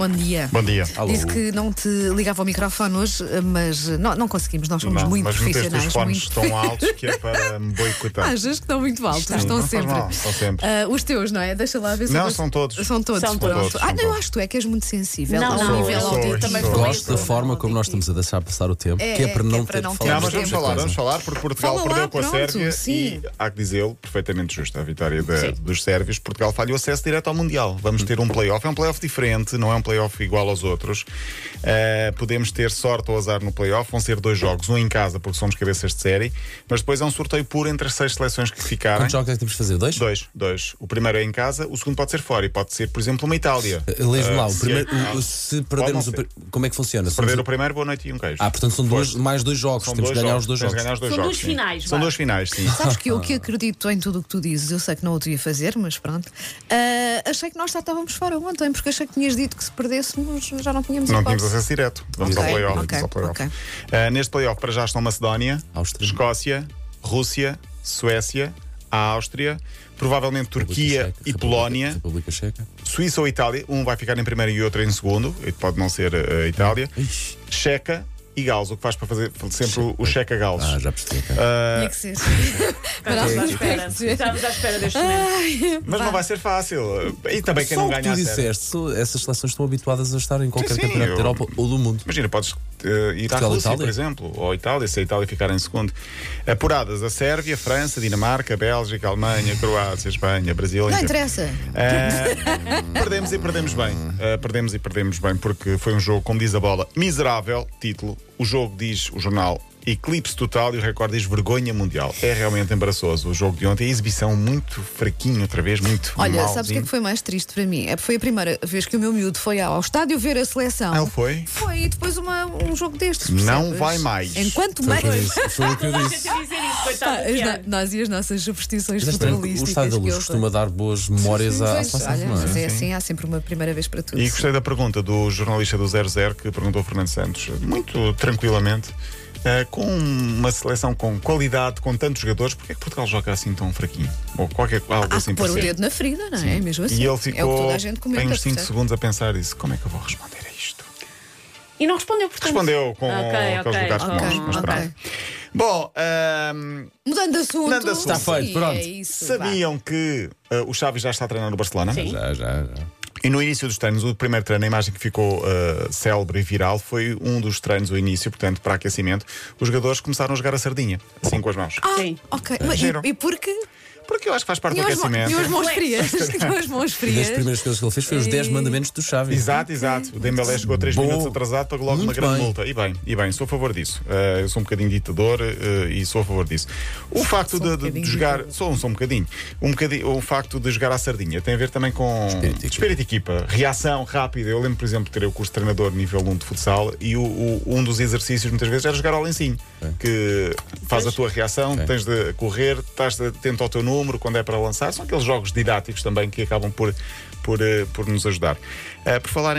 Bom dia. Bom dia. Alô. Disse que não te ligava ao microfone hoje, mas não conseguimos, nós somos muito mas profissionais. os fones Muito... tão altos que é para me boicotar. Achas que estão muito altos? Sim, Estão não faz sempre. mal, estão sempre. Os teus, não é? Deixa lá ver se Não, eu- são todos. São todos. São pronto. todos, são Eu todos. acho que tu é que és muito sensível Não, ao não, nível eu auditivo. também Sou falei isso. sobre Gosto da forma como nós estamos a deixar passar o tempo, É, que é para é não para ter não de ter falar Não, mas Vamos vamos falar, porque Portugal Fala lá, perdeu com a pronto, Sérvia sim. e há que dizê-lo, perfeitamente justa a vitória dos sérvios. Portugal falhou acesso direto ao Mundial. Vamos ter um play-off, é um play-off diferente, não é um play-off igual aos outros. Podemos ter sorte ou azar no play-off, vão ser 2 jogos, um em casa, porque somos cabeças de série, mas depois é um sorteio puro entre as 6 seleções que ficarem. Quantos jogos é que temos de fazer? 2? Dois. O primeiro é em casa, o segundo pode ser fora e pode ser, por exemplo, uma Itália. Lês-me lá, o se primeiro, é- se perdermos não ser. como é que funciona? Perder o primeiro, boa noite e um queijo. Portanto são mais 2 jogos, São temos que dois ganhar jogos, os 2 tens de jogos. ganhar os 2 São jogos. duas sim. finais, São vá. 2 finais, sim. Sabes que eu que acredito em tudo o que tu dizes, eu sei que não o devia fazer, mas pronto. Achei que nós já estávamos fora ontem, porque achei que tinhas dito que se perdêssemos já não tínhamos Não hipótese. tínhamos acesso direto. Vamos Ok, ao play-off. ok, vamos ao play-off. ok. Neste play-off para já estão Macedónia, Áustria. Escócia, Rússia, Suécia, a Áustria, provavelmente Turquia República e Checa, Polónia, República Checa. Suíça ou Itália. Um vai ficar em primeiro e outro em segundo. E pode não ser a Itália. Ixi. Checa e Gales, o que faz para fazer sempre o Checa-Gales. Já percebi. ok. Tinha que ser. Estávamos à espera. Estávamos à espera deste momento. Mas não vai ser fácil. E também quem Só não o que ganha tu a série. disseste, essas seleções estão habituadas a estar em qualquer Sim, campeonato eu- da Europa ou do mundo. Imagina, podes ir à Portugal, Rússia, Itália? por exemplo, ou a Itália, se a Itália ficar em segundo. Apuradas a Sérvia, França, Dinamarca, Bélgica, Alemanha, Croácia, Espanha, Brasil. Não enfim. interessa. Perdemos e perdemos bem. Perdemos e perdemos bem porque foi um jogo, como diz a bola, miserável. Título. O jogo diz o jornal eclipse total e o recorde diz vergonha mundial. É realmente embaraçoso o jogo de ontem. A exibição muito fraquinho, outra vez, muito Olha, malzinho. sabes o que é que foi mais triste para mim? Foi a primeira vez que o meu miúdo foi ao estádio ver a seleção. Ele foi? Foi, e depois um jogo destes. Não percebes? vai mais. Enquanto Foi mais. isso, foi o que eu disse. Deixa dizer isso, coitado do Tiago. Nós e as nossas superstições Mas é estranho, o futebolísticas. Estádio da Luz que eu costuma dar boas memórias à Pois, seleção, olha, não mas é? é assim, há sempre uma primeira vez para tudo. E gostei da pergunta do jornalista do 00 que perguntou ao Fernando Santos, muito tranquilamente, com uma seleção com qualidade, com tantos jogadores, porque é que Portugal joga assim tão fraquinho? Ou algo Há assim que pôr o parecido. dedo na ferida, não é? Mesmo assim. E ele É o ficou que toda a gente comenta. tem uns 5 percebe? segundos a pensar isso. Como é que eu vou responder a isto? E não respondeu, portanto. Respondeu com Ok, aqueles ok, lugares ok, comuns, mas ok. pronto. Bom, Mudando de assunto. Mudando de assunto. Está feito, Sim, pronto. é isso, sabiam que o Xavi já está a treinar no Barcelona? Sim. Já. E no início dos treinos, o primeiro treino, a imagem que ficou célebre e viral foi um dos treinos, o início, portanto, para aquecimento. Os jogadores começaram a jogar a sardinha, assim com as mãos. Sim. Ok, mas Giro. e porquê? Porque eu acho que faz parte do Tinham as aquecimento. mãos frias. Tinham as mãos Uma das frias. primeiras coisas que ele fez foi os 10 mandamentos do Xavi. Exato. O Dembélé chegou 3 Bom. minutos atrasado, pagou logo uma Muito grande bem. multa. E bem, sou a favor disso. Eu sou um bocadinho ditador e sou a favor disso. O facto Sou um de bocadinho jogar. ditador. Sou um bocadinho. O facto de jogar à sardinha tem a ver também com Espírito de equipa. Reação rápida. Eu lembro, por exemplo, de ter o curso de treinador nível 1 de futsal e um dos exercícios muitas vezes era jogar ao lencinho. Que faz a tua reação, tens de correr, estás atento ao teu número quando é para lançar. São aqueles jogos didáticos também que acabam por nos ajudar. Por falar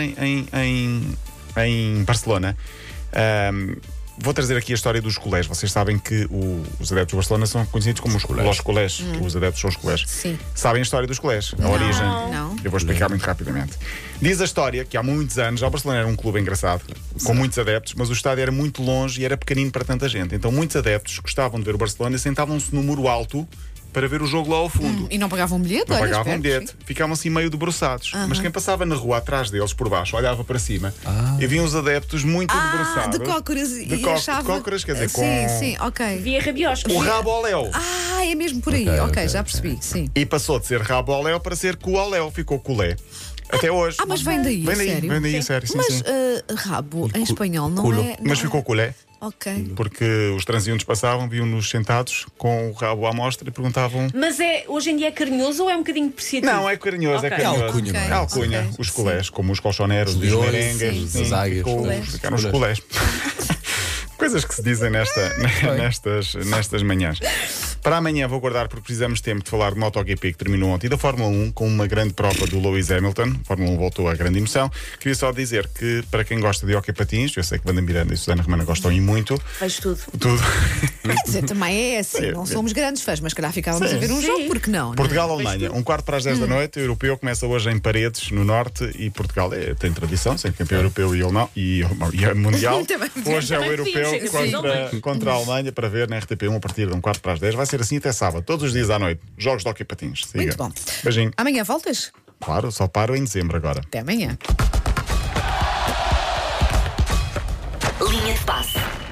em Barcelona, vou trazer aqui a história dos colés. Vocês sabem que os adeptos do Barcelona são conhecidos como os colés. Os adeptos são os colés. Sim. Sabem a história dos colés? A origem? Não. Eu vou explicar muito rapidamente. Diz a história que há muitos anos, o Barcelona era um clube engraçado, com muitos adeptos, mas o estádio era muito longe e era pequenino para tanta gente. Então muitos adeptos gostavam de ver o Barcelona e sentavam-se no muro alto para ver o jogo lá ao fundo. E não pagavam bilhete? Não olha, pagavam esperto, bilhete, sim. ficavam assim meio debruçados. Mas quem passava na rua atrás deles, por baixo, olhava para cima e viam os adeptos muito debruçados. de cócoras De e achava... de cócoras, quer dizer, Sim, ok. Via rabioscos. o rabo ao léu. É mesmo por aí. Ok, já percebi, sim. E passou de ser rabo ao léu para ser cu ao léu. Ficou culé. Até hoje. Mas vem daí, sério? Vem daí, sério. Sim, Mas sim. rabo em espanhol não culo. é. Mas ficou culé. Ok. Porque os transeuntes passavam, viam-nos sentados com o rabo à mostra e perguntavam. Mas hoje em dia é carinhoso ou é um bocadinho depreciativo? Não, é carinhoso, Ok. é carinhoso. É alcunha, não é? É alcunha. Ok, Os sim. colés, como os colchoneros, os leões, merengues, sim, as águias. ficaram os colés. Coisas que se dizem nestas manhãs. Para amanhã vou guardar porque precisamos de tempo de falar de MotoGP que terminou ontem e da Fórmula 1 com uma grande prova do Lewis Hamilton. A Fórmula 1 voltou à grande emoção. Queria só dizer que para quem gosta de hóquei patins, eu sei que Wanda Miranda e Susana Romana gostam e muito. Vejo tudo. Tudo. Quer dizer, também é assim, não somos grandes fãs, mas calhar ficávamos a ver um jogo, porque não? Portugal-Alemanha, 10:15 da noite. O europeu começa hoje em Paredes, no norte, e Portugal tem tradição, sendo campeão europeu e ele não, e é mundial. Hoje é o europeu contra a Alemanha, para ver na RTP1 a partir de 9:45. Vai ser assim até sábado, todos os dias à noite. Jogos de hóquei patins. Siga. Muito bom. Beijinho. Amanhã voltas? Claro, só paro em dezembro agora. Até amanhã. Linha de passe.